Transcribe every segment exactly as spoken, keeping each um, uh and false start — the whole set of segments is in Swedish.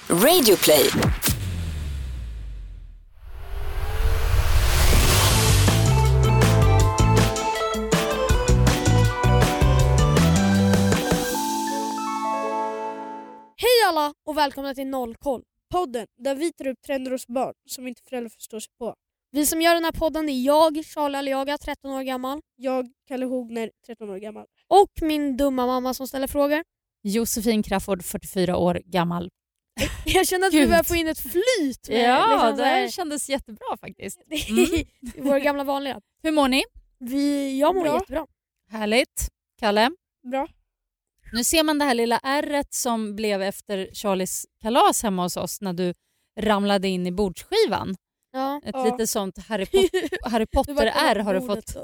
Radioplay. Hej alla och välkomna till Nollkoll. Podden där vi tar upp trender hos barn som inte föräldrar förstår sig på. Vi som gör den här podden är jag, Charlie Aliaga, tretton år gammal. Jag, Kalle Hogner, tretton år gammal. Och min dumma mamma som ställer frågor. Josefin Crafoord, fyrtiofyra år gammal. Jag känner att Gud. vi börjar få in ett flyt. Med, Ja, liksom, det här kändes jättebra faktiskt. Mm. Våra gamla vanliga. Hur mår ni? Vi, jag mår Bra. jättebra. Härligt. Kalle? Bra. Nu ser man det här lilla ärret som blev efter Charlies kalas hemma hos oss när du ramlade in i bordsskivan. Ja. Ett Ja. lite sånt Harry, Pot- Harry Potter-ärr har du fått.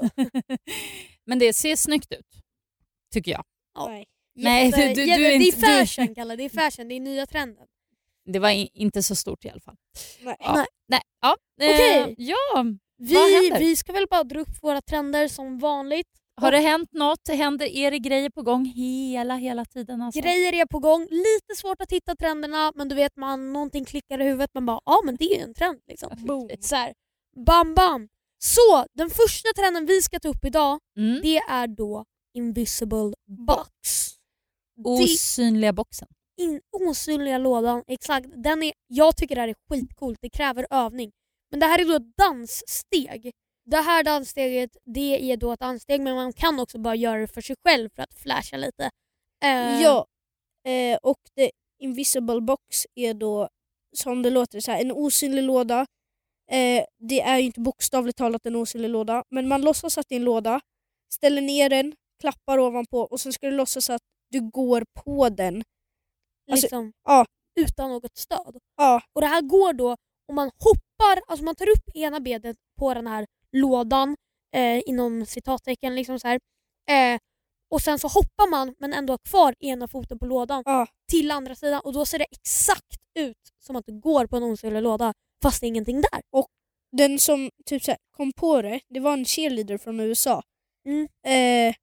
Men det ser snyggt ut, tycker jag. Ja. Nej. Nej, Jätte- du- du- jätte- du är det är inte- du- fashion, Kalle. Det är fashion. Det är nya trenden. Det var i- inte så stort i alla fall. Nej. Ja. Nej. Nej. Ja. Okej. Eh, ja. Vi, Vad händer? vi ska väl bara dra upp våra trender som vanligt. Har det hänt något? Händer er det grejer på gång hela, hela tiden? Alltså? Grejer är på gång. Lite svårt att hitta trenderna, men du vet man någonting klickar i huvudet. Man bara, ja men det är en trend liksom. Boom. Så här, bam bam. Så den första trenden vi ska ta upp idag, Mm. det är då Invisible Box. Det Osynliga boxen. in, osynliga lådan, exakt. Den är, jag tycker det här är skitcoolt, det kräver övning. Men det här är då ett danssteg. Det här danssteget, det är då ett danssteg, men man kan också bara göra det för sig själv för att flasha lite. Eh, Ja, eh, och the invisible box är då, som det låter, så här, en osynlig låda. Eh, det är ju inte bokstavligt talat en osynlig låda, men man låtsas att det är en låda, ställer ner den, klappar ovanpå och sen ska du låtsas att du går på den. Alltså, liksom, ja. utan något stöd. Ja, Och det här går då om man hoppar, alltså man tar upp ena benet på den här lådan eh, inom citattecken liksom så här. Eh, och sen så hoppar man men ändå har kvar ena foten på lådan ja. till andra sidan och då ser det exakt ut som att du går på en osynlig låda fast det är ingenting där. Den som typ så här, kom på det, det var en cheerleader från U S A. Mm. Eh,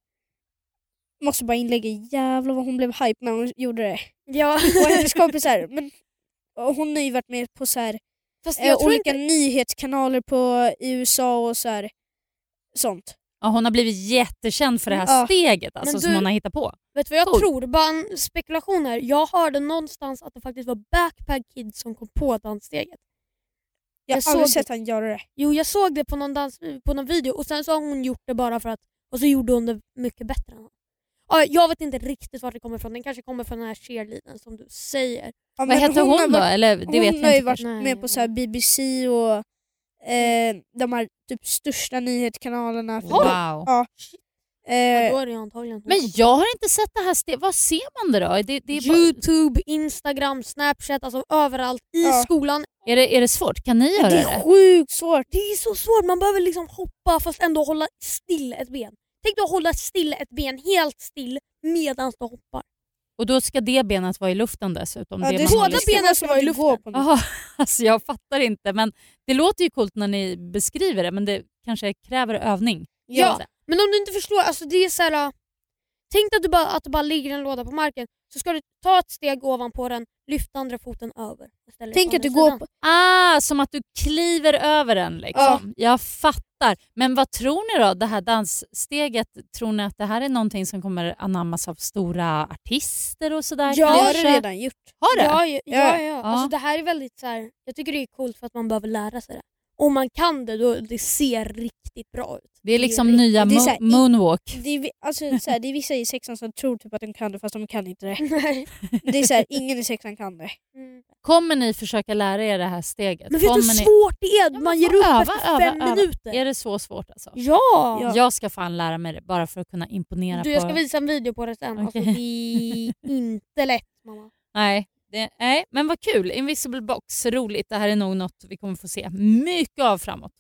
måste bara inlägga, jävlar vad hon blev hype när hon gjorde det. Ja. Och hennes kompisar, men och hon har ju varit med på så här, Fast eh, jag tror olika inte... nyhetskanaler på i U S A och så här, sånt. Ja, hon har blivit jättekänd för det här Ja. steget alltså, Men som du- hon har hittat på. Vet du vad jag Cool. tror? Bara en spekulation här. Jag hörde någonstans att det faktiskt var Backpack Kids som kom på danssteget. Jag har Jag aldrig såg sett han göra det. Jo, jag såg det på någon, dans, på någon video och sen så har hon gjort det bara för att, och så gjorde hon det mycket bättre än han. Ja, jag vet inte riktigt vart det kommer ifrån. Den kanske kommer från den här cheerleadern som du säger. Ja, Vad men hette hon, har då? varit- Eller, det Hon vet har jag ju inte. varit Nej. med på så här B B C och eh, de här typ största nyhetskanalerna. För Wow. Ja. Ja, Eh, då är det ju antagligen hon. Men jag har inte sett det här steget. Vad ser man det då? Det, det är, bara, Youtube, Instagram, Snapchat, alltså överallt. I Ja. skolan. är, det, är det svårt? Kan ni göra det det? är sjukt svårt. Det är så svårt, man behöver liksom hoppa fast ändå hålla still ett ben. Tänk dig att hålla still ett ben helt still medan du hoppar. Och då ska det benet vara i luften dessutom. Ja, det det man är håller båda i. ska benen vara ska som vara i att du går luften. på något. Jaha, alltså jag fattar inte. Men det låter ju coolt när ni beskriver det, men det kanske kräver övning. Ja. Men om du inte förstår, alltså det är så här. äh, tänk dig att, du bara, att det bara ligger en låda på marken. Så ska du ta ett steg ovanpå den, lyfta andra foten över. och ställa dig Tänk på att du andra går sidan. på... Ah, som att du kliver över den liksom. Jag fattar. Men vad tror ni då? Det här danssteget, tror ni att det här är någonting som kommer anammas av stora artister och sådär? Ja, Det har kanske? du redan gjort. Har det? Ja, ja, ja, ja. Ja. Alltså, det här är väldigt så här. Jag tycker det är coolt för att man behöver lära sig det. Om man kan det, då det ser riktigt bra ut. Det är liksom Det är nya det är så mo- här- moonwalk. Det är, vi- alltså, så här, det är vissa i sexan som tror typ att de kan det fast de kan inte det. Nej. Det är så här, ingen i sexan kan det. Mm. Kommer ni försöka lära er det här steget? Men vet du hur Kommer ni... svårt det är? men Man ger fan, upp öva, efter öva, fem öva. minuter. Är det så svårt alltså? Ja! Ja. Jag ska fan lära mig det bara för att kunna imponera Du, jag på... ska visa en video på det sen. Alltså, Okej. det är inte lätt, mamma. Nej, det, nej, men vad kul. Invisible box, roligt. Det här är nog något vi kommer få se mycket av framåt.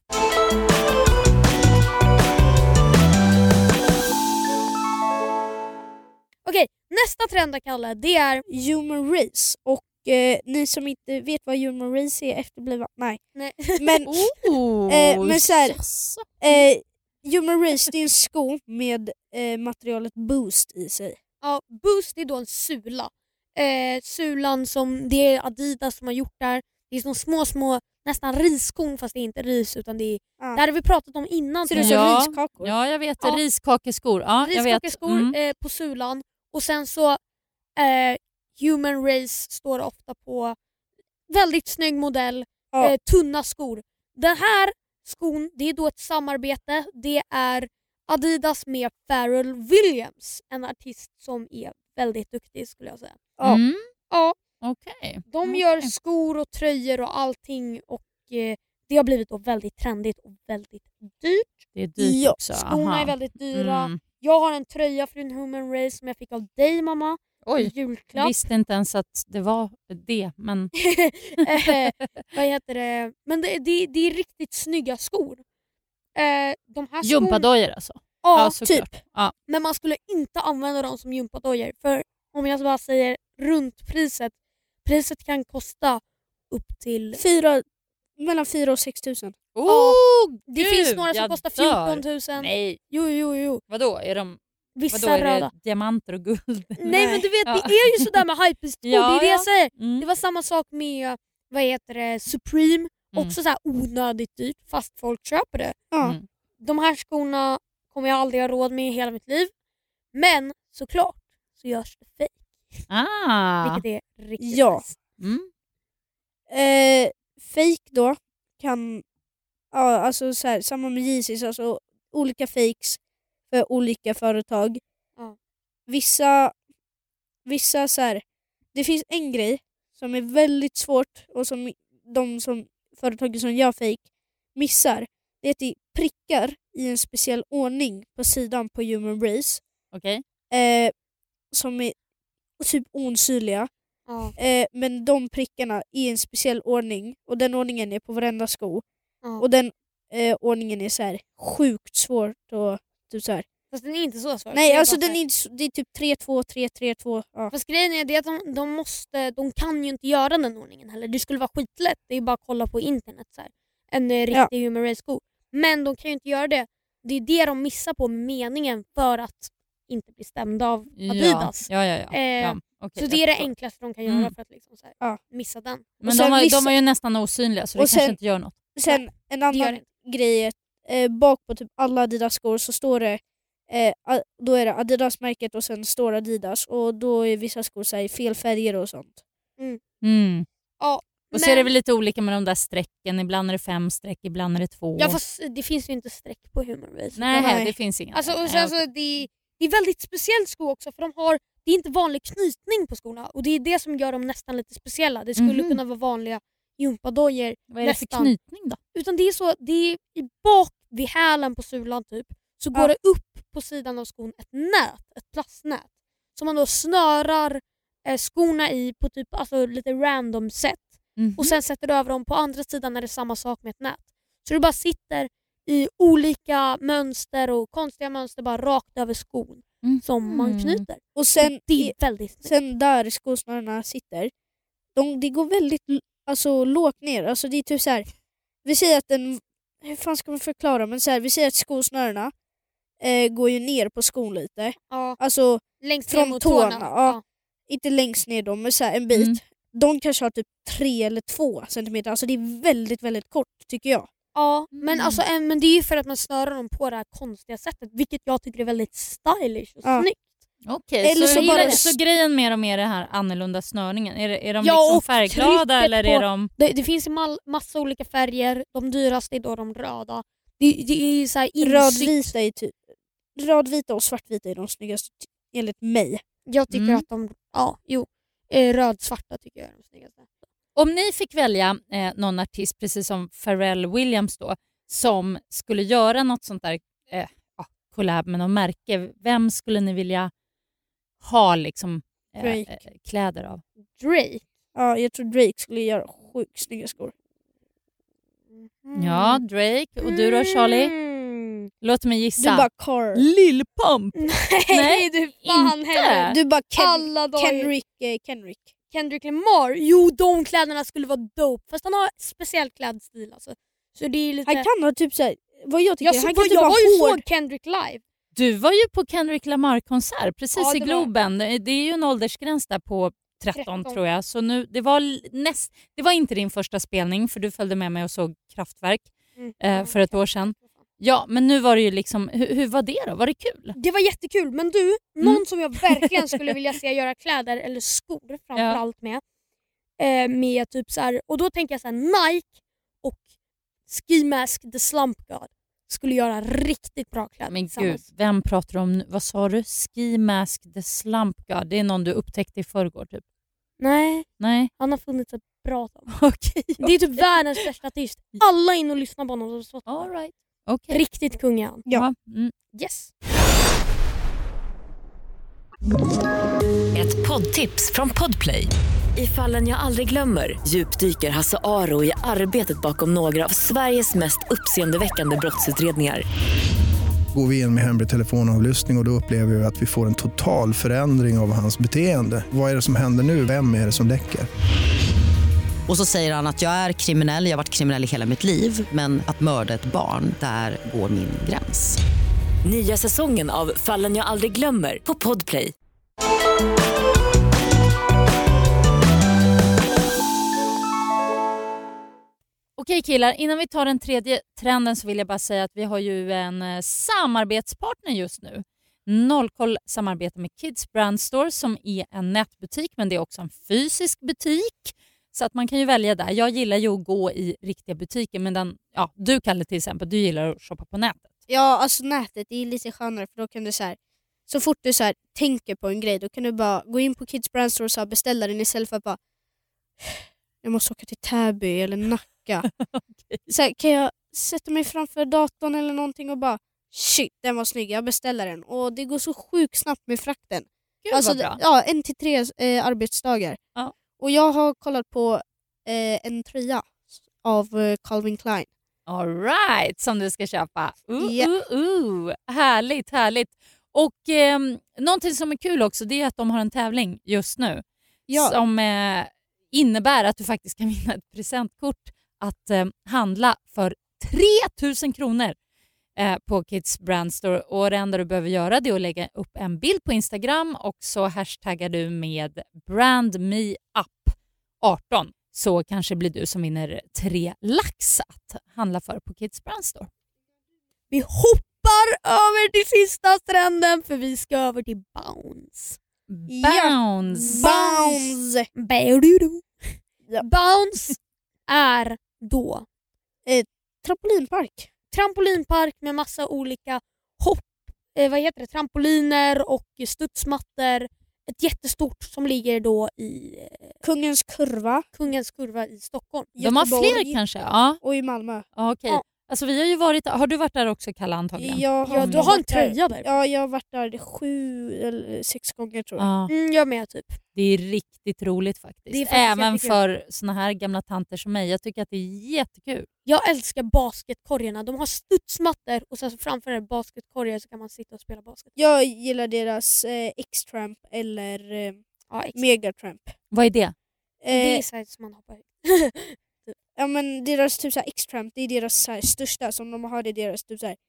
Okej, nästa trend, Kalle, det är... Human race. Och eh, ni som inte vet vad human race är efterblivna... Nej. Nej. Men Oh, Eh, men så här- jaså. eh, human race det är en sko med eh, materialet Boost i sig. Ja, Boost är då en sula. eh, sulan som det är Adidas som har gjort där. Det är såna små små nästan riskorn fast det är inte ris utan det är Ja. det hade vi pratat om innan. Ser det ut som Ja. riskakor? Ja, jag vet. Ja. Riskakeskor. Ja, jag vet. Riskakeskor Mm. eh, på sulan och sen så eh, Human Race står ofta på. Väldigt snygg modell, Ja. eh, tunna skor. Den här skon, det är då ett samarbete. Det är Adidas med Pharrell Williams, en artist som är väldigt duktig skulle jag säga. Ja. Mm. Ja, Okej. de Okej. gör skor och tröjor och allting och eh, det har blivit då väldigt trendigt och väldigt dyrt. Det är dyrt Ja, också. Skorna Aha. är väldigt dyra. Mm. Jag har en tröja från Human Race som jag fick av dig mamma. i Oj, jag julklapp. visste inte ens att det var det. Men eh, vad heter det? Men det, det, det är riktigt snygga skor. Eh, de här skor, gympadojor alltså? ja, såklart. typ. Ja. Men man skulle inte använda dem som gympadojor. För om jag bara säger runt priset. Priset kan kosta upp till... Fyra, mellan fyra och sex tusen. Oh, Det Gud, finns några som jag kostar dör. fjorton tusen. Nej, Jo, jo, jo. vadå? Är de, Vissa vadå, är röda. det diamanter och guld? Nej, Nej. men du vet, Ja. det är ju sådär med hypeskor. Ja, det är det ja. jag säger. Mm. Det var samma sak med vad heter det, Supreme. Mm. Också så här onödigt dyrt fast folk köper det. Ja. Mm. De här skorna kommer jag aldrig ha råd med i hela mitt liv. Men såklart så görs det fake. Ah. Vilket är riktigt Ja. nice. Mm. Eh, fake då kan, ja, alltså så här, samma med Yeezys, alltså olika fakes för olika företag. Ja. Vissa, vissa så här, det finns en grej som är väldigt svårt och som de som företagen som gör fake missar. Det är att det är prickar i en speciell ordning på sidan på Human Race Okej. eh, som är typ osynliga. Ja, Eh, men de prickarna är i en speciell ordning och den ordningen är på varenda sko. ja. Och den eh, ordningen är så här sjukt svårt och typ så här. Fast den är inte så svår. Det Nej, är alltså bara den så här- är, inte så- det är typ tre två tre tre två. Ja. Fast grejen är det att de, de måste, de kan ju inte göra den ordningen heller. Det skulle vara skitlätt. Det är bara att kolla på internet så här. En eh, Ja. riktig Human Race-sko. Men de kan ju inte göra det. Det är det de missar på med meningen för att inte bli stämda av Adidas. Ja, ja, ja. ja. Eh, ja. Okej, Så det är jag det förstår. enklaste de kan Mm. göra för att liksom så här, Ja. missa den. Men Och de, sen har, vissa- de är ju nästan osynliga så det Och kanske sen- inte gör något. Sen en Det gör annan det. grej är att eh, bak på typ alla Adidas skor så står det eh, a- då är det Adidas-märket och sen står Adidas och då är vissa skor så här, i fel färger och sånt. Mm. Ja, Och så är det väl lite olika med de där strecken. Ibland är det fem streck, ibland är det två. Ja fast det finns ju inte streck på Human Race. Nej, Nej. det finns inga. Alltså, och Nej, sen, okej. så det, det är väldigt speciellt sko också för de har, det är inte vanlig knytning på skorna och det är det som gör dem nästan lite speciella. Det skulle Mhm. kunna vara vanliga gympadojor Vad är det för nästan. knytning då? utan det är så, det är i bak vid hälen på sulan typ så går Ja. det upp på sidan av skon ett nät, ett plastnät som man då snörar eh, skorna i på typ alltså, lite random sätt. Mhm. Och sen sätter du över dem på andra sidan när det är samma sak med ett nät. Så du bara sitter i olika mönster och konstiga mönster bara rakt över skon Mhm. som man knyter. Och sen, Det i, är väldigt snyggt. sen där skosnörena sitter, de, det går väldigt l- alltså, lågt ner. Alltså det är typ så här. Vi säger att den, hur fan ska man förklara, men så här, vi säger att skosnörena eh, går ju ner på skon lite. Ja, Alltså längst ner från mot tårna, tårna. ja. inte längst ner dem, men så här, en bit. Mm. De kanske har typ tre eller två centimeter. Alltså det är väldigt, väldigt kort tycker jag. Ja, men, Mm. alltså, en- men det är ju för att man snörar dem på det här konstiga sättet vilket jag tycker är väldigt stylish och Ja. snyggt. Okej, Eller så, så så, bara- så grejen med dem är det här annorlunda snörningen? Är, det- är de Ja, liksom och färgglada trycket eller på- är de... Det, det finns ju mal, massa olika färger. De dyraste är då de röda. Det, det är ju så här insytt. Rödvita är typ, rödvita och svartvita är de snyggaste ty- enligt mig. Jag tycker Mm. att de, ja, jo. Eh, rödsvarta tycker jag är de snyggaste. Om ni fick välja eh, någon artist, precis som Pharrell Williams då, som skulle göra något sånt där eh, ja, collab med någon märke, vem skulle ni vilja ha liksom eh, Drake. eh, kläder av? Drake. Ja, jag tror Drake skulle göra sjukt snygga skor. Mm. Ja, Drake. Och du då Charlie? Mm. Låt mig Du gissa. bara Carl. Lillpump! Nej, Nej, du fan inte. heller. Du bara Ken, Alla dagar. Kendrick, eh, Kendrick. Kendrick Lamar. Jo, de kläderna skulle vara dope. Fast han har speciell klädstil alltså. Så det är lite... Han kan ha typ såhär, vad jag tycker, jag, han så, kan typ jag ha var ju hård. såg Kendrick live. Du var ju på Kendrick Lamar-konsert precis Ja, i det var- Globen. Det det är ju en åldersgräns där på tretton, tretton tror jag. Så nu, det, var näst, det var inte din första spelning för du följde med mig och såg Kraftwerk Mm. eh, för ett år sedan. Ja, men nu var det ju liksom, hur, hur var det då? Var det kul? Det var jättekul, men du, Mm. någon som jag verkligen skulle vilja se göra kläder eller skor framförallt med. Eh, med typ så här, och då tänker jag så här, Nike och Ski Mask the Slump God skulle göra riktigt bra kläder Men gud, tillsammans. vem pratar du om nu? Vad sa du? Ski Mask the Slump God. Det är någon du upptäckte i förrgår typ. Nej, Nej. han har funnits ett bra tag. Okej. Det är typ världens största artist. Alla in och lyssnar på honom. Så All right. Okej. riktigt kung är han. Ja. Mm. Yes. Ett poddtips från Podplay. I Fallen jag aldrig glömmer djupdyker Hasse Aro i arbetet bakom några av Sveriges mest uppseendeväckande brottsutredningar. Går vi in med hemlig telefonavlyssning och, och då upplever vi att vi får en total förändring av hans beteende. Vad är det som händer nu? Vem är det som läcker? Och så säger han att jag är kriminell, jag har varit kriminell i hela mitt liv. Men att mörda ett barn, där går min gräns. Nya säsongen av Fallen jag aldrig glömmer på Podplay. Okej killar, innan vi tar den tredje trenden så vill jag bara säga att vi har ju en eh, samarbetspartner just nu. Nollkoll samarbetar med Kids Brand Store som är en nätbutik, men det är också en fysisk butik. Så att man kan ju välja där. Jag gillar ju att gå i riktiga butiker, men den, ja, du Kalle till exempel, du gillar att shoppa på nätet. Ja, alltså nätet är lite skönare för då kan du så här, så fort du så här, tänker på en grej då kan du bara gå in på Kids Brand Store och så här, beställa den istället för att bara jag måste åka till Täby eller Nacka. Okay. Så här, kan jag sätta mig framför datorn eller någonting och bara shit, den var snygg, jag beställer den. Och det går så sjukt snabbt med frakten. Gud alltså, vad bra. Ja, en till tre eh, arbetsdagar. Ja. Och jag har kollat på eh, en tröja av eh, Calvin Klein. All right, som du ska köpa. Uh, Ja. uh, uh. Härligt, härligt. Och eh, någonting som är kul också, det är att de har en tävling just nu. Ja. Som eh, innebär att du faktiskt kan vinna ett presentkort att eh, handla för tre tusen kronor eh, på Kids Brand Store. Och det enda du behöver göra det är att lägga upp en bild på Instagram och så hashtaggar du med brandmeup arton. Så kanske blir du som vinner tre lax att handla för på Kids Brand Store. Vi hoppar över till sista trenden för vi ska över till bounce. Bounce! Bounce! Baududu. Ja. Bounce är då Trampolinpark. trampolinpark med massa olika hopp, eh, vad heter det, trampoliner och studsmattor. Ett jättestort som ligger då i eh, Kungens kurva. Kungens kurva i Stockholm. De har Göteborg fler kanske? Ja, Och i Malmö. ja okej. Ja. Alltså vi har ju varit, har du varit där också Kalle antagligen? Jag har Ja, du har en varit där- tröja där. Ja, jag har varit där sju eller sex gånger tror jag. Ja, Mm, jag med typ. det är riktigt roligt faktiskt. Det är faktiskt Även jättekul. för såna här gamla tanter som mig. Jag tycker att det är jättekul. Jag älskar basketkorgarna. De har studsmattor och sen så framför det basketkorgar så kan man sitta och spela basket. Jag gillar deras eh, X-Tramp eller eh, Ja, exakt. Megatramp. Vad är det? Det Eh, är så här som man hoppar ut. ja, men deras typ så här X-Tramp, det är deras så här, största som de har, det är deras typ så här,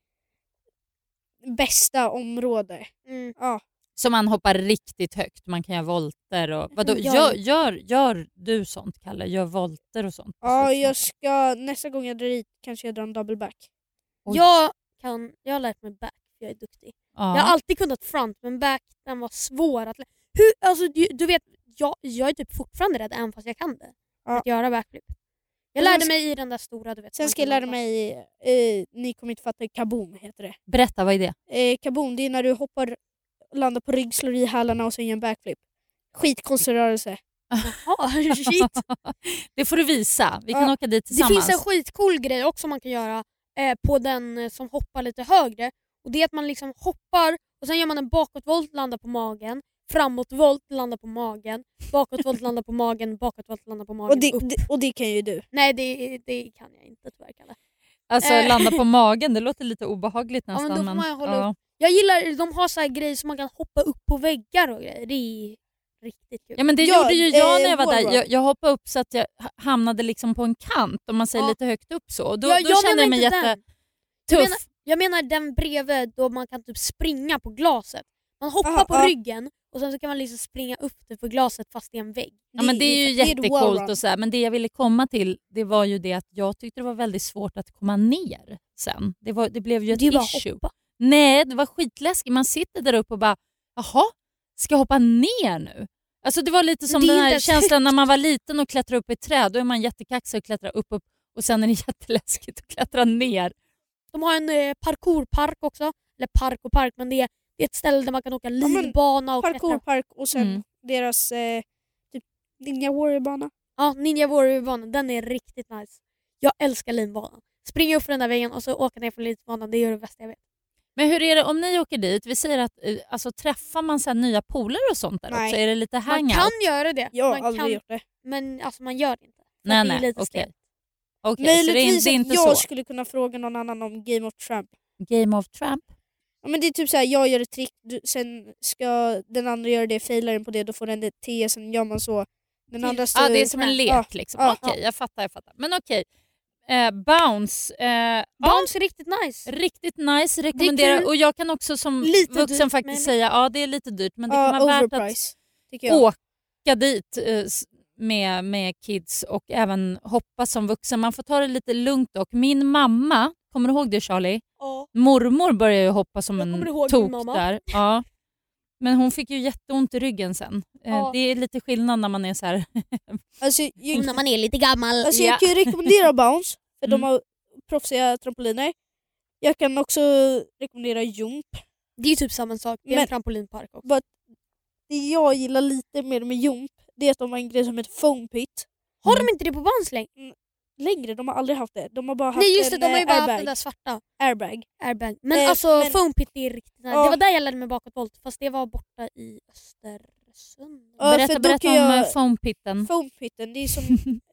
bästa område. Mm. Ja. Så man hoppar riktigt högt. Man kan göra volter och... Vadå? Ja. Gör, gör, gör du sånt Kalle? Gör volter och sånt? Ja, jag ska, nästa gång jag drar dit kanske jag drar en double back. Oj. Jag, kan, jag har lärt mig back för jag är duktig. Ja. Jag har alltid kunnat front men back den var svår att lära. Hur, alltså, du, du vet, jag, jag är typ fortfarande rädd även fast jag kan det. Ja. Att göra backflip. Jag Och sen lärde ska- mig i den där stora du vet. Sen man ska jag kan lära hoppa. mig, eh, ni kommer inte fatta, kaboom heter det. Berätta, vad är det? Eh, kaboom, det är när du hoppar, landar på rygg, slår i hälarna och sen gör en backflip. Skitkonstig rörelse. Jaha, shit. Det får du visa. Vi kan Ja. åka dit Det tillsammans. finns en skitcool grej också man kan göra eh, på den eh, som hoppar lite högre. Och det är att man liksom hoppar och sen gör man en bakåtvolt, landar på magen. Framåtvolt, landar på magen. Bakåtvolt, landar på magen. Bakåtvolt, landar på magen. Och det, upp. det, och det kan ju du. Nej, det, det kan jag inte tyvärr Kalle. Alltså Eh. landa på magen, det låter lite obehagligt Ja, nästan. men då får man hålla ja. Jag gillar, de har så här grejer som man kan hoppa upp på väggar och grejer. Det är riktigt kul. Ja men det Ja, gjorde ju jag eh, när jag var där. wallrun. Jag, jag hoppade upp så att jag ha- hamnade liksom på en kant, om man säger Ja. lite högt upp så. Och då, Ja, då jag kände menar jag mig inte den. jättetuff. Jag menar, jag menar den bredvid då man kan typ springa på glaset. Man hoppar Aha, på ja. ryggen och sen så kan man liksom springa upp det för glaset fast i en vägg. Ja, men det är ju det är ett jättecoolt wallrun. och så här, men det jag ville komma till det var ju det att jag tyckte det var väldigt svårt att komma ner sen. Det, var, det blev ju ett Det är bara issue. hoppa. Nej, det var skitläskigt. Man sitter där uppe och bara, jaha, ska jag hoppa ner nu? Alltså det var lite som Det är den inte här ens känslan när man var liten och klättrade upp i ett träd. Då är man jättekaxig och klättrar upp, upp och sen är det jätteläskigt att klättra ner. De har en eh, parkourpark också. Eller park och park, men det är, det är ett ställe där man kan åka men livbana och klättra. Parkourpark och sen Mm. deras eh, typ Ninja Warrior-bana. Ja, Ninja Warrior-banan, den är riktigt nice. Jag älskar linbanan. Springa upp för den där väggen och så åka ner för linbanan, det är det bästa jag vet. Men hur är det om ni åker dit? Vi säger att eh, alltså, träffar man så här nya polare och sånt där Nej. också? Är det lite Man hangout? kan göra det, Jag har man aldrig kan, gjort det. men alltså, man gör det inte. För Nej, det är nej, lite okej. stelt. Okej, så det är, Möjligtvis det är att inte jag så. skulle kunna fråga någon annan om Game of Tramp. Game of Tramp? Ja, men det är typ så här, jag gör ett trick, du, sen ska den andra göra det, failar den på det, då får den det T, sen gör man så. Den andra står... Ja, det är som en lek Ja, liksom. ja, Okej, jag fattar, jag fattar. Men okej. Eh, bounce. Eh, Bounce är riktigt nice. ja, riktigt nice, rekommenderar. kul. Och jag kan också som Lite vuxen dyrt, faktiskt men- säga, ja det är lite dyrt men det ja, kan vara värt att overprice, tycker jag. åka dit eh, s- med, med kids och även hoppa som vuxen. Man får ta det lite lugnt dock. Min mamma, kommer du ihåg det Charlie? Ja. Mormor började ju hoppa som Jag en kommer ihåg din tok mamma. där. Ja. Men hon fick ju jätteont i ryggen sen. Eh, Ja. Det är lite skillnad när man är så här. Alltså, jag, När man är lite gammal. alltså, Ja. jag kan ju rekommendera Bounce, för Mm. de har proffsiga trampoliner. Jag kan också rekommendera Jump. Det är ju typ samma sak, det är en Men- trampolinpark också. Det jag gillar lite mer med Jump, det är att de har en grej som heter Foam Pit. Har de inte det på Bounce längre? Längre, de har aldrig haft det. De har bara haft Nej just det, en de har ju eh, bara haft airbag. den där svarta airbag. airbag. Men Eh, alltså men- foam pit är riktigt nice. Ja. Det var där jag lärde mig bakåtvolt, fast det var borta i Östersund. Ja, berätta för då berätta kan om jag- jag... foampitten. Foam Pitten, det är som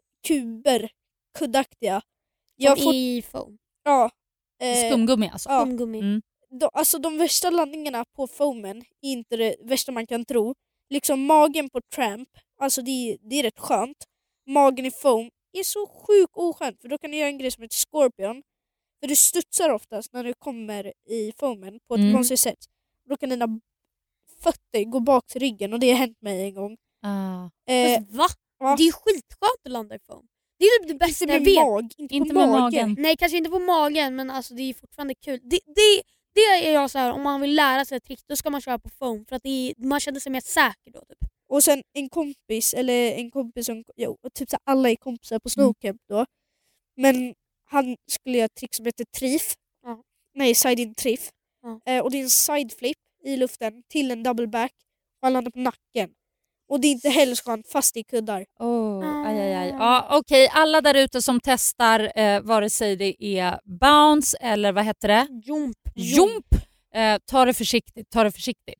kuber, kuddaktiga. Jag Jag får, i foam. ja, eh, Skumgummi alltså. ja. Skumgummi. Mm. de, alltså de värsta landningarna på foamen är inte det värsta man kan tro. Liksom magen på Tramp, alltså det, är- det är rätt skönt. Magen i foam är så sjukt oskönt, för då kan du göra en grej som heter Scorpion. För du studsar oftast när du kommer i foamen på ett Mm. konstigt sätt. Då kan dina fötter gå bak till ryggen, och det har hänt mig en gång. Ah. Eh, Fast va? ja. Det är ju skitskönt att landa i foam. Det är typ det bästa inte jag med vet. mag, inte, Inte på med magen. magen. Nej, kanske inte på magen, men alltså det är fortfarande kul. Det, det, det är jag så här, om man vill lära sig ett trick, då ska man köra på foam. För att det är, man känner sig mer säker då. Typ. Och sen en kompis, eller en kompis som, jo, typ så här, alla är kompisar på snowcamp då. Men han skulle göra ett trick som heter trif. Ja. Nej, side-in trif. Ja. Eh, och det är en sideflip i luften till en double back. Och han landar på nacken. Och det är inte heller skönt fast i kuddar. Oh, aj, aj, aj. Ja, okej, alla där ute som testar eh, vare sig det är bounce eller vad heter det? Jump. Jump. Eh, ta det försiktigt, ta det försiktigt.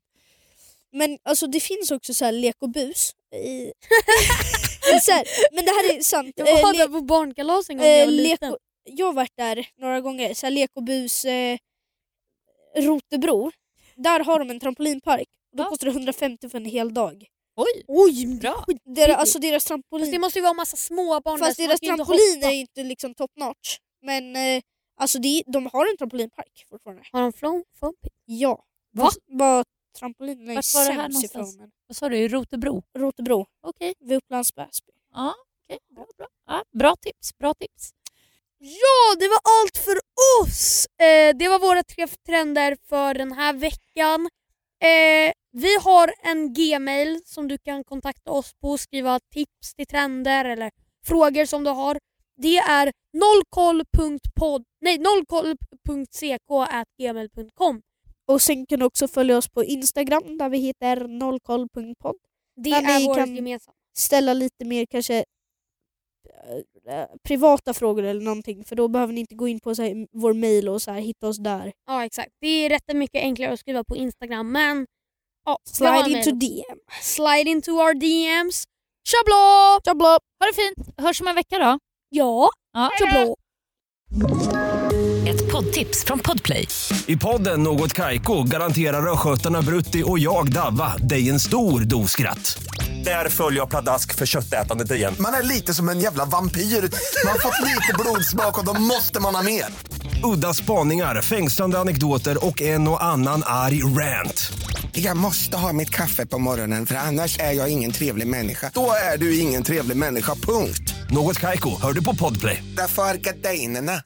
Men alltså det finns också så här lek och bus. I... så här, men det här är sant. Jag var Eh, där le- på barnkalas en gång när jag eh, var lek liten. och... Jag har varit där några gånger. Så här, lek och bus eh, Rotebro. Där har de en trampolinpark. Då Ja. kostar det hundrafemtio för en hel dag. Oj, Oj, bra. Deras, alltså deras Fast trampolin, det måste ju vara en massa små barn fast där, så deras man kan ju inte trampolin hoppa. är inte liksom top notch. Men eh, alltså det, de har en trampolinpark fortfarande. Har de foam, foam pit? Ja. Va? Fast bara trampolinen är Vart var det här sämst i någonstans? formen. Vad sa du? I Rotebro? Rotebro. Okej. Vid Upplands Väsby. Ja, okej. Bra, bra. Ja, bra tips, bra tips. Ja, det var allt för oss! Eh, det var våra tre trender för den här veckan. Eh, vi har en gmail som du kan kontakta oss på och skriva tips till trender eller frågor som du har. Det är nollkoll.pod nej nollkoll punkt c k at gmail punkt com. Och sen kan du också följa oss på Instagram där vi heter nollkoll punkt podd. Det Där är ni vårt kan- gemensamma. Ställa lite mer kanske eh, privata frågor eller någonting, för då behöver ni inte gå in på så här, vår mail och så här, hitta oss där. Ja, exakt. Det är rätt mycket enklare att skriva på Instagram, men ja, jag har en Slide into mail. D M. Slide into our D Ms. Tjabla! Tjabla! Ha det fint. Hörs om en vecka då. Ja, Ja. tjabla! Ett poddtips från Podplay. I podden Något Kaiko garanterar östgötarna Brutti och jag Davva dig en stor dos skratt. Där följer jag pladask för köttätandet igen. Man är lite som en jävla vampyr. Man har fått lite blodsmak och då måste man ha mer. Udda spaningar, fängslande anekdoter och en och annan arg rant. Jag måste ha mitt kaffe på morgonen för annars är jag ingen trevlig människa. Då är du ingen trevlig människa, punkt. Något Kaiko, hör du på Podplay. Därför är gardinerna.